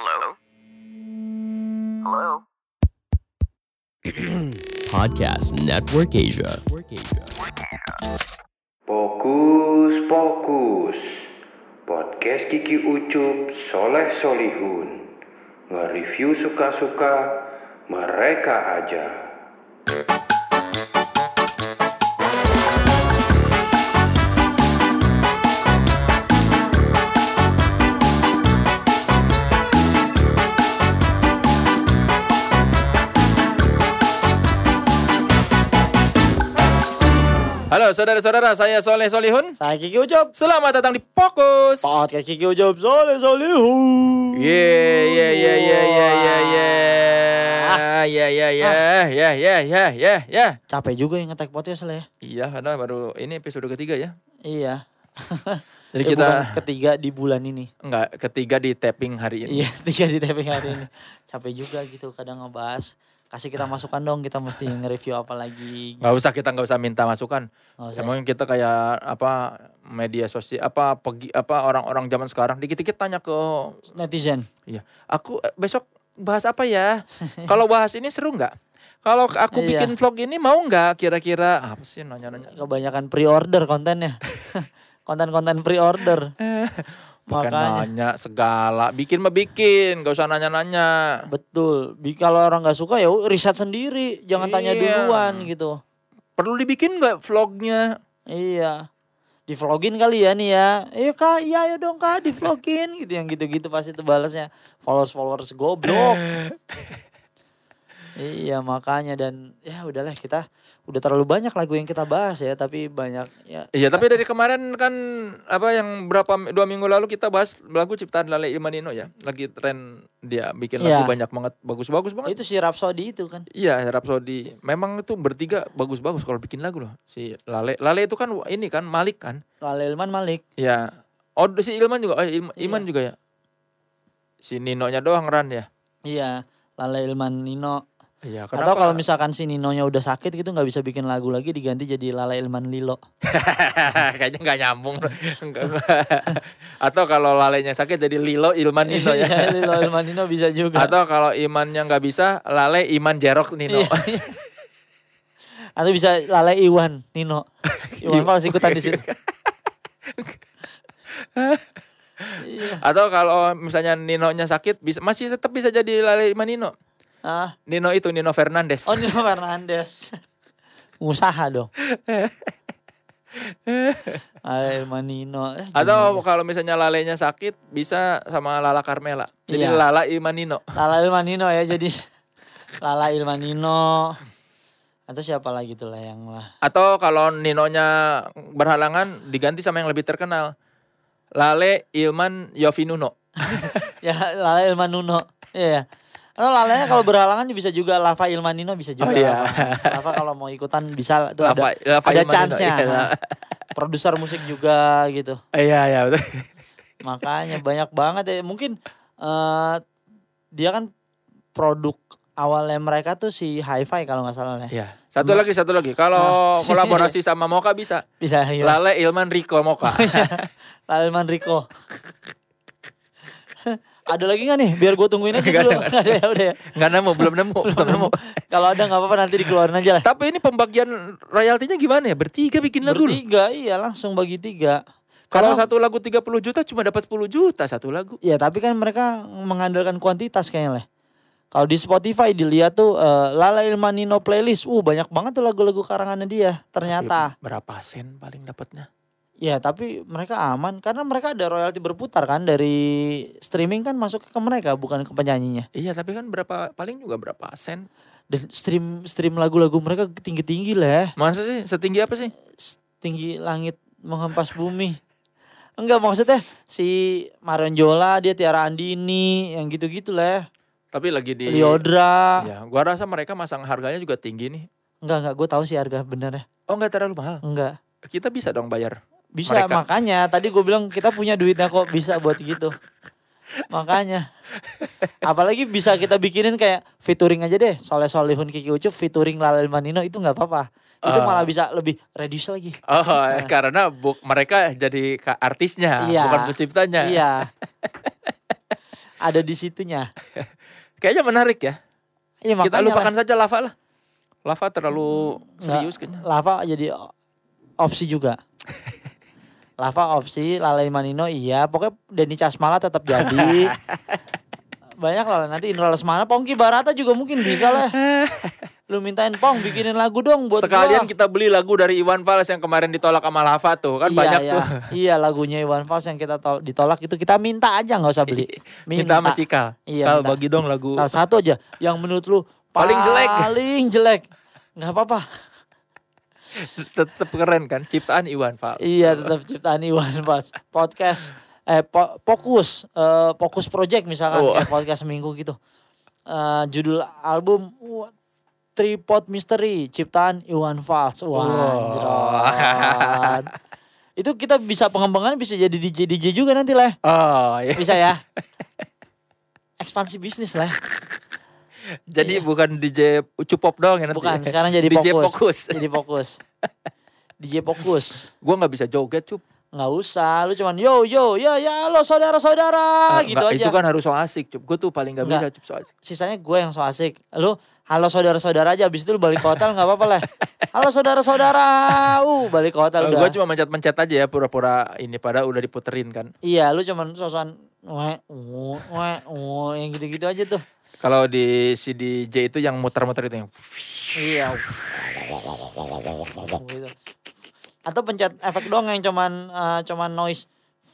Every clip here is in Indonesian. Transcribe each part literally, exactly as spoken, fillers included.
Hello? Hello? Podcast Network Asia. Fokus, fokus. Podcast Kiki Ucup Soleh Solihun. Nge-review suka-suka mereka aja. Halo saudara-saudara, saya Soleh Solihun. Saya Kiki Ucup. Selamat datang di Fokus. Podcast Kiki Ucup Soleh Solihun. Yeah, yeah, yeah, yeah, yeah, yeah, yeah, yeah, yeah, yeah, yeah, yeah, yeah, yeah, yeah. Capek juga yang nge-tag podcast lah ya. Iya, karena baru ini episode ketiga ya. Iya. Jadi Eh, kita bukan ketiga di bulan ini. enggak ketiga di tapping hari ini. Iya, ketiga di taping hari ini. Capek juga gitu kadang ngebahas. Kasih kita masukan dong, kita mesti nge-review apa lagi. Nggak usah kita nggak usah minta masukan. Nggak usah. Emang kita kayak apa media sosial apa pergi apa orang-orang zaman sekarang dikit-dikit tanya ke Netizen. iya, aku eh, besok bahas apa ya? Kalau bahas ini seru nggak? Kalau aku Iya. bikin vlog ini mau nggak kira-kira apa sih nanya-nanya? Kebanyakan pre-order kontennya. Konten-konten pre-order. Bukan Makanya. nanya segala, bikin mah bikin, gak usah nanya-nanya. Betul. Bi- Kalau orang nggak suka ya riset sendiri, jangan tanya Iya. duluan gitu. Perlu dibikin nggak vlognya? Iya. Di vlogin kali ya nih ya. Ayo kak, iya ayo dong kak, di vlogin gitu. Yang gitu-gitu pasti tuh balasnya. Followers-followers goblok. Iya makanya dan ya udahlah kita udah terlalu banyak lagu yang kita bahas ya. Tapi banyak ya. Iya, tapi dari kemarin kan apa yang berapa dua minggu lalu kita bahas lagu ciptaan Lale Imanino ya. Lagi tren dia bikin lagu Iya. banyak banget, bagus-bagus banget. Itu si Rhapsody itu kan. Iya, Rhapsody. Memang itu bertiga bagus-bagus kalau bikin lagu loh. Si Lale, Lale itu kan ini kan Malik kan. Lale Ilman Malik. Ya. Oh, si Ilman juga, oh, Ilman, Iya. Iman juga ya. Si Ninonya doang Ran ya. Iya. Lale Ilman Nino. Iya, Atau kalau misalkan si Ninonya udah sakit gitu nggak bisa bikin lagu lagi diganti jadi Lale Ilman Lilo. kayaknya nggak nyambung. Enggak. Atau kalau lalenya sakit jadi Lilo Ilman Nino ya. Iya, Lilo Ilman Nino bisa juga. Atau kalau Imannya nggak bisa, Lale Iman Jerok Nino. Iya. Atau bisa Lale Iwan Nino. Iwan Fals ikutan di situ. Iya. Atau kalau misalnya Ninonya sakit, bisa masih tetap bisa jadi Lale Iman Nino. Ah, Nino itu Nino Fernandes. oh Nino Fernandes. Usaha dong. Lale Ilman Nino. Eh, Atau kalau misalnya Lalenya sakit, bisa sama Lala Carmela. Jadi Iya. Lala Iman Nino. Lala Ilman Nino ya jadi Lala Ilman Nino. Atau siapa lagi tuh lah yang lah. Atau kalau Ninonya berhalangan, diganti sama yang lebih terkenal. Lale Ilman Yovinuno. Ya Lala Ilman Nuno. Iya. Atau Lalanya kalau berhalangan bisa juga Lava Ilman Nino bisa juga. Oh, iya. Lava. Lava kalau mau ikutan bisa tuh Lava- ada Lava ada Ilman Nino, chance-nya. iya. Nah, produser musik juga gitu. Iya, iya betul. Makanya banyak banget ya. Mungkin eh dia kan produk awalnya mereka tuh si Hi-Fi kalau nggak salah ya. Iya. Satu lagi, satu lagi. Kalau Nah. kolaborasi sama Moka bisa. Bisa iya. Lale Ilman Rico Moka. Lale Ilman Rico. Ada lagi nggak nih? Biar gue tungguin aja dulu. Nggak ada ya udah ya. Nggak nemu, belum nemu. Belum nemu. Kalau ada nggak apa-apa nanti dikeluarin aja lah. Tapi ini pembagian royaltinya gimana ya? Bertiga bikin lagu loh. Bertiga iya langsung bagi tiga. Kalau Karena- satu lagu tiga puluh juta cuma dapat sepuluh juta satu lagu. Ya tapi kan mereka mengandalkan kuantitas kayaknya lah. Kalau di Spotify dilihat tuh uh, Lala Ilman Nino playlist, uh banyak banget tuh lagu-lagu karangannya dia ternyata. Berapa sen paling dapatnya? Ya tapi mereka aman karena mereka ada royalti berputar kan dari streaming kan masuk ke mereka bukan ke penyanyinya. Iya, tapi kan berapa paling juga berapa sen? Dan stream stream lagu-lagu mereka tinggi-tinggi lah ya. Masa sih setinggi apa sih? Tinggi langit menghempas bumi. Enggak maksudnya si Marion Jola, dia Tiara Andini yang gitu-gitu lah ya. Tapi lagi di Liodra. Ya, gua rasa mereka masang harganya juga tinggi nih. Enggak enggak gue tahu sih harga benernya. Oh, enggak terlalu mahal. Enggak. Kita bisa dong bayar. Bisa Mereka. makanya tadi gue bilang kita punya duitnya kok bisa buat gitu. Makanya. Apalagi bisa kita bikinin kayak featuring aja deh. Soleh Solihun Kiki Ucup featuring Lale Ilman Nino itu nggak apa-apa. Itu Uh. malah bisa lebih reduce lagi. Oh, karena buk, mereka jadi ka- artisnya, Iya. bukan penciptanya. Iya. ada di situnya. Kayaknya menarik ya. Iya, Kita makanya lupakan lah. saja Lava lah. Lava terlalu serius Nggak, kayaknya. Lava jadi opsi juga. Lava opsi, Lalai Manino iya. Pokoknya Denny Casmala tetap jadi. Banyak lah nanti Indra Lesmana, Pongki Barata juga mungkin bisa lah. Lu mintain Pong bikinin lagu dong buat Sekalian gua. kita beli lagu dari Iwan Fals yang kemarin ditolak sama Lava tuh. Kan iya, banyak iya. tuh. Iya, lagunya Iwan Fals yang kita tol- ditolak itu kita minta aja, nggak usah beli. Minta sama Cika. Iya, Kal minta. bagi dong lagu. Salah satu aja yang menurut lu Paling jelek. Paling jelek. Nggak apa-apa. Tetap keren kan, ciptaan Iwan Fals. Iya, tetap ciptaan Iwan Fals. Podcast eh po- fokus eh, fokus project misalkan Oh. kayak podcast seminggu gitu. Eh, judul album wah, Tripod Mystery ciptaan Iwan Fals. Wah, anjrot. Itu kita bisa pengembangan bisa jadi D J D J juga nanti lah. Oh, iya. Bisa ya. Ekspansi bisnis lah. Jadi bukan D J Ucu Pop doang ya nanti. Bukan, sekarang jadi D J fokus. fokus. Jadi fokus. D J fokus. Gua nggak bisa joget, Cup. Nggak usah, lu cuman yo yo ya ya lo saudara-saudara Ah, gitu nggak, aja. Itu kan harus so asik, Cup. Gue tuh paling nggak bisa, Nggak. Cup, so asik. Sisanya gue yang so asik. Lu halo saudara-saudara aja, abis itu lu balik ke hotel nggak apa-apa lah. Halo saudara-saudara, uh balik ke hotel udah. Gue cuma mencet-mencet aja ya, pura-pura ini pada udah diputerin kan. Iya, lu cuman sosokan weh uh, weh uh, yang gitu-gitu aja tuh. Kalau di C D J itu yang muter-muter itu yang Iya. Gitu. Atau pencet efek doang yang cuman eh, cuman noise.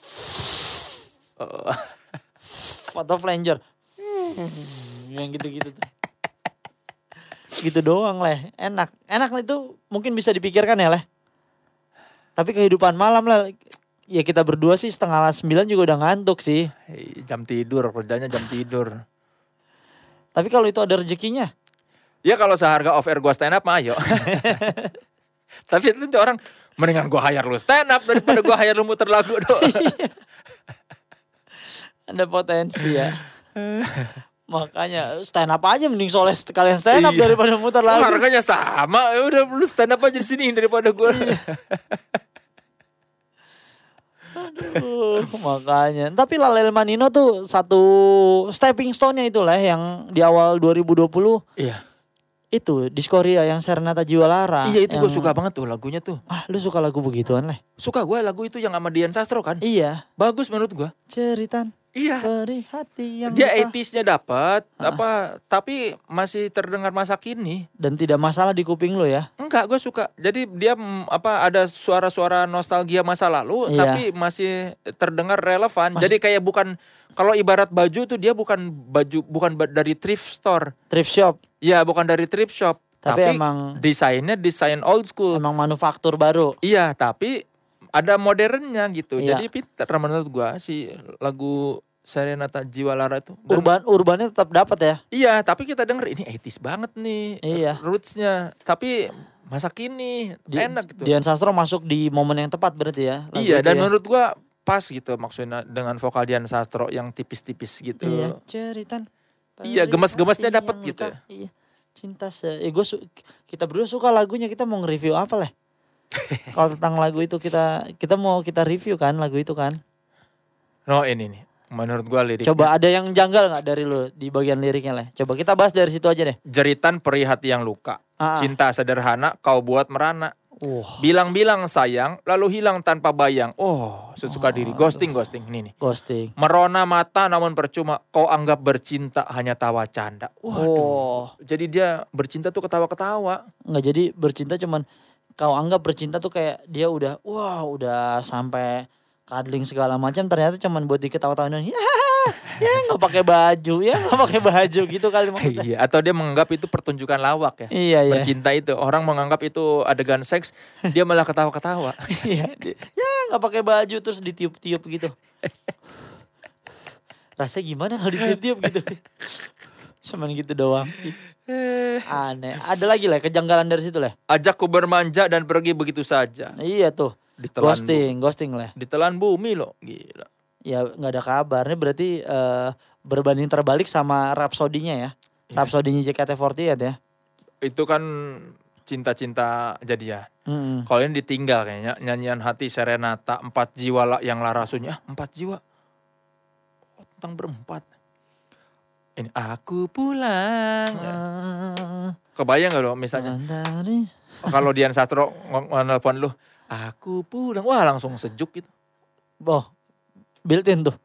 oh, Atau flanger. Yang gitu-gitu tuh. Gitu doang leh. Enak. Enak itu mungkin bisa dipikirkan ya leh. Tapi kehidupan malam lah. Ya kita berdua sih setengah sembilan juga udah ngantuk sih. hey, jam tidur, kerjanya jam tidur. Tapi kalau itu ada rezekinya. Ya kalau seharga off air gue stand up mah ayo. Tapi nanti orang mendingan gue hire lu stand up daripada gue hire lu muter lagu doang. Ada potensi ya. Makanya stand up aja mending soalnya kalian stand up Iya. daripada muter Oh, lagu. harganya sama, ya udah lu stand up aja di sini daripada gue. Aduh, makanya. Tapi Lalel Manino tuh satu stepping stone-nya itulah yang di awal dua ribu dua puluh Iya. itu Diskoria yang Serenata Jiwa Lara. Iya itu gue yang- suka banget tuh lagunya tuh. Ah, lu suka lagu begituan leh? Suka gue lagu itu yang sama Dian Sastro kan. Iya. Bagus menurut gue. Ceritan Iya. perih hati yang Dia luka. delapan puluh-nya dapat apa tapi masih terdengar masa kini. Dan tidak masalah di kuping lu ya. Enggak, gue suka. Jadi dia mm, apa ada suara-suara nostalgia masa lalu Iya. tapi masih terdengar relevan. Mas- Jadi kayak bukan kalau ibarat baju tuh dia bukan baju bukan ba- dari thrift store. Thrift shop. Ya, bukan dari thrift shop. Tapi Tapi, emang- desainnya desain old school. Emang manufaktur baru. Iya, tapi ada modernnya gitu. Iya. Jadi pinter menurut gua si lagu Serenata Jiwa Lara itu. Dan- Urban urbannya tetap dapat ya. Iya, tapi kita denger ini delapan puluh banget nih. Iya. Rootsnya. Tapi masa kini Di- enak gitu. Dian Sastro masuk di momen yang tepat berarti ya. lagu Iya, itu dan ya. menurut gua pas gitu maksudnya dengan vokal Dian Sastro yang tipis-tipis gitu. Iya, ceritan. Iya, gemes-gemesnya perih hati dapet yang gitu. luka. Iya. Cinta se eh, gua su- kita berdua suka lagunya, kita mau nge-review apa lah? Kalau tentang lagu itu kita kita mau kita review kan lagu itu kan. No, ini nih. Menurut gua liriknya. Coba ada yang janggal nggak dari lu di bagian liriknya lah? Coba kita bahas dari situ aja deh. Jeritan perih hati yang luka. Ah, ah. Cinta sederhana kau buat merana. Uh, Bilang-bilang sayang, lalu hilang tanpa bayang. Oh, sesuka diri. Ghosting, ghosting. Ini nih. ghosting. Merona mata namun percuma. Kau anggap bercinta hanya tawa canda. Waduh. Oh, Jadi dia bercinta tuh ketawa-ketawa. nggak jadi bercinta cuman kau anggap bercinta tuh kayak dia udah wah udah sampai cuddling segala macam, ternyata cuman buat diketawa-tawain. Ya, ya nggak pakai baju, ya nggak pakai baju gitu kali maksudnya. Iya, atau dia menganggap itu pertunjukan lawak ya. Iya, iya. Bercinta itu. Orang menganggap itu adegan seks, dia malah ketawa-ketawa. Iya, di- ya nggak pakai baju terus ditiup-tiup gitu. Rasanya gimana kalau ditiup-tiup gitu? Cuman gitu doang. Aneh. Ada lagi lah kejanggalan dari situ lah. Ajakku bermanja dan pergi begitu saja. Iya tuh. Ditelan Ghosting, ghosting lah. Ditelan bumi loh. Gila. Ya nggak ada kabarnya berarti eh, berbanding terbalik sama Rhapsody-nya ya. Rhapsody-nya J K T empat delapan ya. Itu kan cinta-cinta jadian. Mm-mm. Kalau ini ditinggal kayaknya. Nyanyian hati Serenata. Empat jiwa lah yang lara sunyi. Ah, empat jiwa. Oh, tentang berempat. Ini aku pulang. Ah, Kebayang gak lo misalnya dari- kalau Dian Sastro ng- nelpon lu, aku pulang. Wah langsung sejuk gitu. Oh, built-in tuh.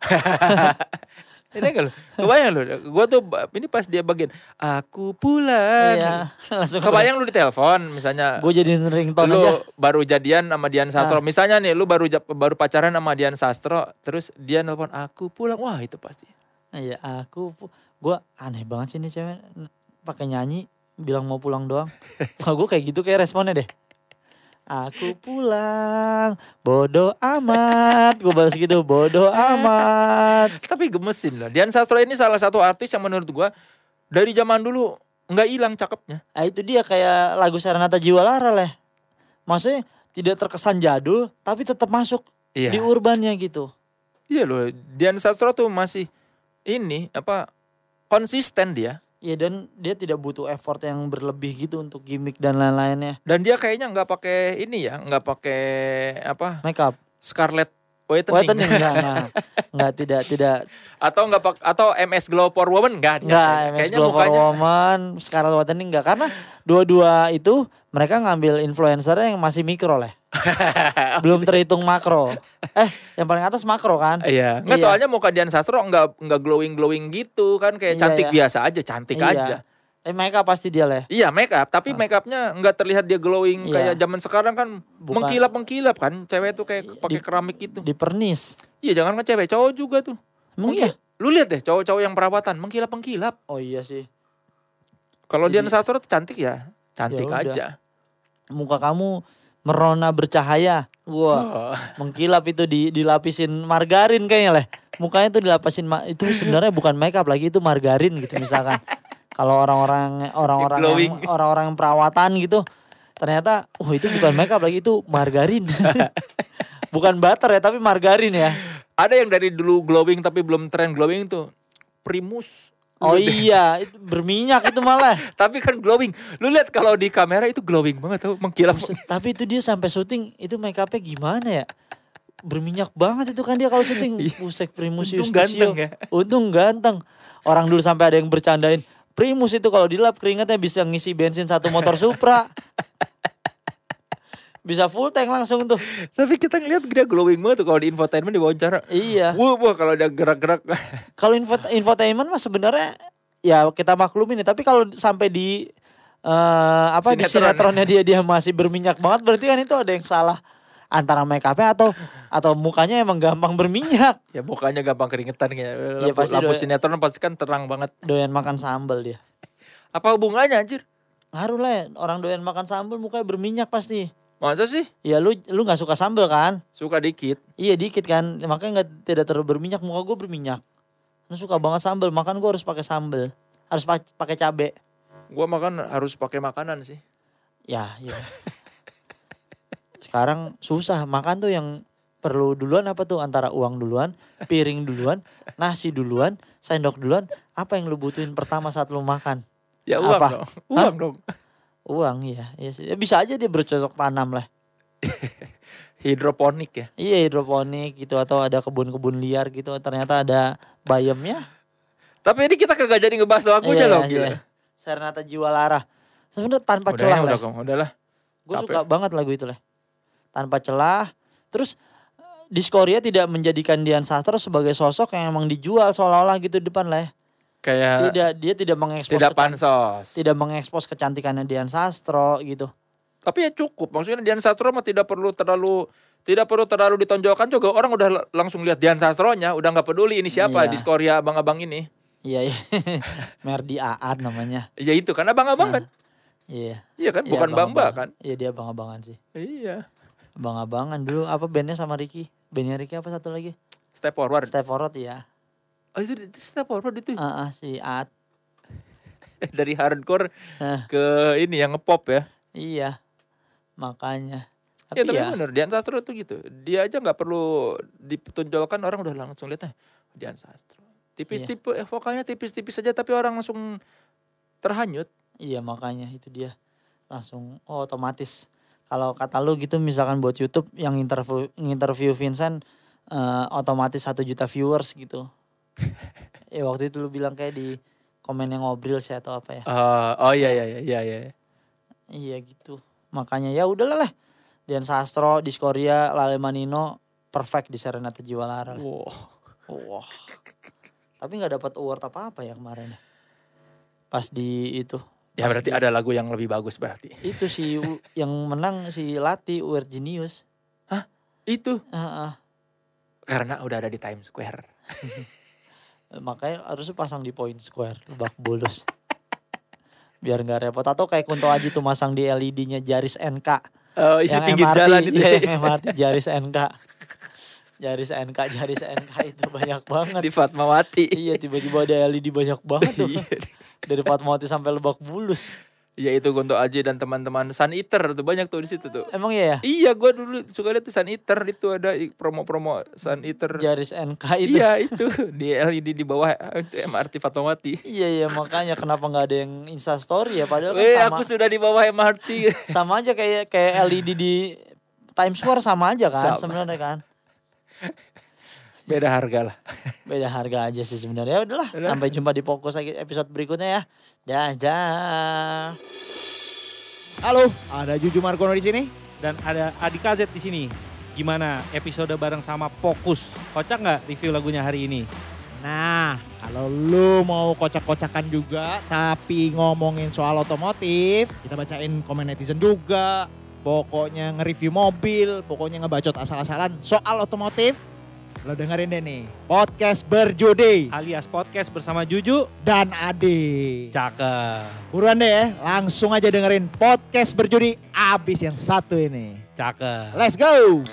Ini enggak lo? Kebayang lo? Gue tuh ini pas dia bagian aku pulang. Iya, langsung Kebayang lu ditelepon misalnya. Gue jadi ringtone Lu aja. baru jadian sama Dian Sastro. Misalnya nih lu baru ja- baru pacaran sama Dian Sastro, terus dia nelpon aku pulang. Wah, itu pasti. Iya, aku pu- gue aneh banget sih ini cewek n- pakai nyanyi bilang mau pulang doang. Kalau gue kayak gitu kayak responnya deh. Aku pulang, bodoh amat. Gue balas gitu, bodoh amat. Tapi gemesin lah. Dian Sastro ini salah satu artis yang menurut gua dari zaman dulu nggak hilang cakepnya. Nah itu dia kayak lagu Serenata Jiwa Lara lah. Maksudnya tidak terkesan jadul, tapi tetap masuk Iya. di urbannya gitu. Iya loh, Dian Sastro tuh masih ini apa konsisten dia. Iya dan dia tidak butuh effort yang berlebih gitu untuk gimmick dan lain-lainnya. Dan dia kayaknya nggak pakai ini ya, nggak pakai apa Make up. Scarlet Whitening, Whitening enggak, enggak, enggak tidak tidak atau nggak pak atau M S Glow for Women nggak? enggak M S Kayaknya Glow for mukanya Woman, Scarlet Whitening enggak karena dua-dua itu mereka ngambil influencer yang masih mikro lah. Belum terhitung makro. Eh, yang paling atas makro kan? iya. Nggak Iya. soalnya muka Dian Sastro nggak nggak glowing glowing gitu kan kayak Iya, cantik iya. biasa aja, cantik Iya. aja. Eh make up pasti dia lah. Iya make up, tapi make upnya nggak terlihat dia glowing Iya. kayak zaman sekarang kan Bukan. mengkilap-mengkilap kan, cewek tuh kayak pakai Di- keramik gitu. Di pernis. Iya jangan kan cewek, cowok juga tuh. Emang Mengki- iya? Lu lihat deh cowok-cowok yang perawatan mengkilap-mengkilap. Oh iya sih. Kalau Jadi- Dian Sastro tuh cantik ya, cantik Ya udah. aja. Muka kamu merona bercahaya. Wah, mengkilap itu di dilapisin margarin kayaknya lah. Mukanya tuh dilapisin ma- itu sebenarnya bukan make up lagi, itu margarin gitu misalkan. Kalau orang-orang orang-orang Glowing. yang orang-orang yang perawatan gitu, ternyata oh itu bukan make up lagi, itu margarin. Bukan butter ya, tapi margarin ya. Ada yang dari dulu glowing tapi belum tren glowing tuh Primus. Oh iya, itu berminyak itu malah. Tapi kan glowing. Lu lihat kalau di kamera itu glowing banget tuh, mengkilap. Tapi itu dia sampai syuting itu make upnya gimana ya? Berminyak banget itu kan dia kalau syuting. Pusek Primus Untung Yustisio. ganteng ya. Untung ganteng. Orang dulu sampai ada yang bercandain, Primus itu kalau dilap keringatnya bisa ngisi bensin satu motor Supra. Bisa full tank langsung tuh. Tapi kita ngeliat dia glowing banget tuh kalau di infotainment di wawancara. Iya. Wah, wah kalau dia gerak-gerak. Kalau info, infotainment mah sebenarnya ya kita maklumin ya. Tapi kalau sampai di eh, apa di Sinetron. sinetronnya dia dia masih berminyak banget, berarti kan itu ada yang salah antara make upnya atau atau mukanya emang gampang berminyak. Ya mukanya gampang keringetan kayak. Iya, Lampu, pasti lampu doy- sinetron pasti kan terang banget. Doyan makan sambal dia. Apa hubungannya anjir? Ngaruh lah ya, orang doyan makan sambal mukanya berminyak pasti. Masa sih? Ya lu lu nggak suka sambal kan? Suka dikit. Iya dikit kan, makanya nggak tidak terlalu berminyak. Muka gue berminyak. Lu suka banget sambal, makan gue harus pakai sambal, harus pa- pakai cabe. Gua makan harus pakai makanan sih. Ya, iya. Sekarang susah makan tuh yang perlu duluan apa tuh antara uang duluan, piring duluan, nasi duluan, sendok duluan. Apa yang lu butuhin pertama saat lu makan? Ya uang Apa? dong. Uang Hah? dong. Uang iya, iya sih. Ya, bisa aja dia bercocok tanam lah. Hidroponik ya. Iya hidroponik gitu atau ada kebun-kebun liar gitu. Ternyata ada bayamnya. Tapi ini kita kagak jadi ngebahas lagunya Iya, loh. iya. Gila. Serenata Jiwa Lara. Sebenarnya tanpa Udah celah ya, lah. udah, Kong. Udah lah. Gue Capek. suka banget lagu itu lah. Tanpa celah. Terus Diskoria tidak menjadikan Dian Sastro sebagai sosok yang emang dijual seolah-olah gitu di depan lah ya. Kayak Tidak, dia tidak mengekspos tidak kecan- pansos. tidak mengekspos kecantikannya Dian Sastro gitu. Tapi ya cukup. Maksudnya Dian Sastro mah tidak perlu terlalu tidak perlu terlalu ditonjolkan juga. Orang udah l- langsung lihat Dian Sastronya, udah nggak peduli ini siapa Iya. di Skoria abang-abang ini. Iya, iya. Merdi Aad namanya. Ya itu kan abang-abang kan. Iya. Iya kan, Iya, bukan Bamba abang-abangan. kan. Iya dia abang-abangan sih. Iya. Abang-abangan dulu apa bandnya sama Ricky? Bandnya Ricky apa satu lagi? Step forward. Step Forward ya. Oh itu, itu step forward itu. Ah ah, si Aad. Dari hardcore Hah. ke ini yang ngepop ya. Iya. Makanya. Ya Tapi tapi ya, bener Dian Sastro tuh gitu. Dia aja nggak perlu ditonjolkan, orang udah langsung lihat "Eh, Dian Sastro. Tipis Iya. tipe eh, vokalnya tipis-tipis aja tapi orang langsung terhanyut. iya makanya itu dia. Langsung oh, otomatis. Kalau kata lu gitu misalkan buat YouTube yang interview interview Vincent eh, otomatis satu juta viewers gitu. Ya waktu itu lu bilang kayak di komen yang ngobrol sih atau apa ya. Uh, oh iya iya iya iya. Iya gitu. Makanya ya udahlah lah. Dian Sastro, Diskoria, Lale Manino perfect di Serenata Jiwa Lara. Wow. Wah. Tapi nggak dapat award apa-apa ya kemarin. Pas di itu. Ya berarti di, ada lagu yang lebih bagus berarti. Itu si yang menang si Lati Award Genius. Hah? Itu? Uh-uh. Karena udah ada di Times Square. Makanya harusnya pasang di Point Square, Lebak Bulus. Biar nggak repot. Atau kayak Kunto Aji tuh masang di L E D-nya Jaris N K. Oh iya, yang pinggir M R T, jalan itu. Iya, yang M R T Jaris N K. Jaris N K, Jaris N K itu banyak banget. Di Fatmawati. Iya, tiba-tiba ada L E D banyak banget tuh. Dari Fatmawati sampai Lebak Bulus. Ya itu Kunto Aji dan teman-teman Sun Eater tuh banyak tuh di situ tuh. Emang iya ya? Iya, gue dulu suka lihat tuh Sun Eater itu ada promo-promo Sun Eater. Jaris N K itu. Iya itu di L E D di bawah itu M R T Fatmawati. Iya iya makanya kenapa nggak ada yang Insta Story ya padahal kan Weh, sama. aku sudah di bawah M R T. Sama aja kayak kayak L E D di Times Square sama aja kan sebenarnya kan. Beda harga lah. Beda harga aja sih sebenarnya. Ya udahlah, sampai jumpa di Fokus episode berikutnya ya. Dah, dah. Halo, ada Juju Markono di sini dan ada Adi K Z di sini. Gimana episode bareng sama Fokus? Kocak nggak review lagunya hari ini? Nah, kalau lu mau kocak-kocakan juga tapi ngomongin soal otomotif, kita bacain komen netizen juga. Pokoknya nge-review mobil, pokoknya ngebacot asal-asalan soal otomotif. Lo dengerin deh nih, Podcast Berjudi alias podcast bersama Juju dan Adi. Cakep. Buruan deh ya, langsung aja dengerin Podcast Berjudi abis yang satu ini. Cakep. Let's go.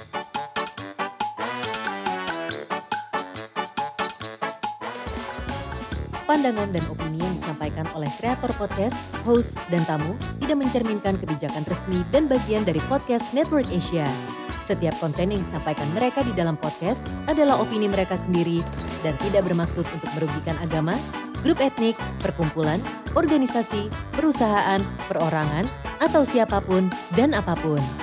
Pandangan dan opini yang disampaikan oleh kreator podcast, host, dan tamu tidak mencerminkan kebijakan resmi dan bagian dari Podcast Network Asia. Setiap konten yang disampaikan mereka di dalam podcast adalah opini mereka sendiri dan tidak bermaksud untuk merugikan agama, grup etnik, perkumpulan, organisasi, perusahaan, perorangan, atau siapapun dan apapun.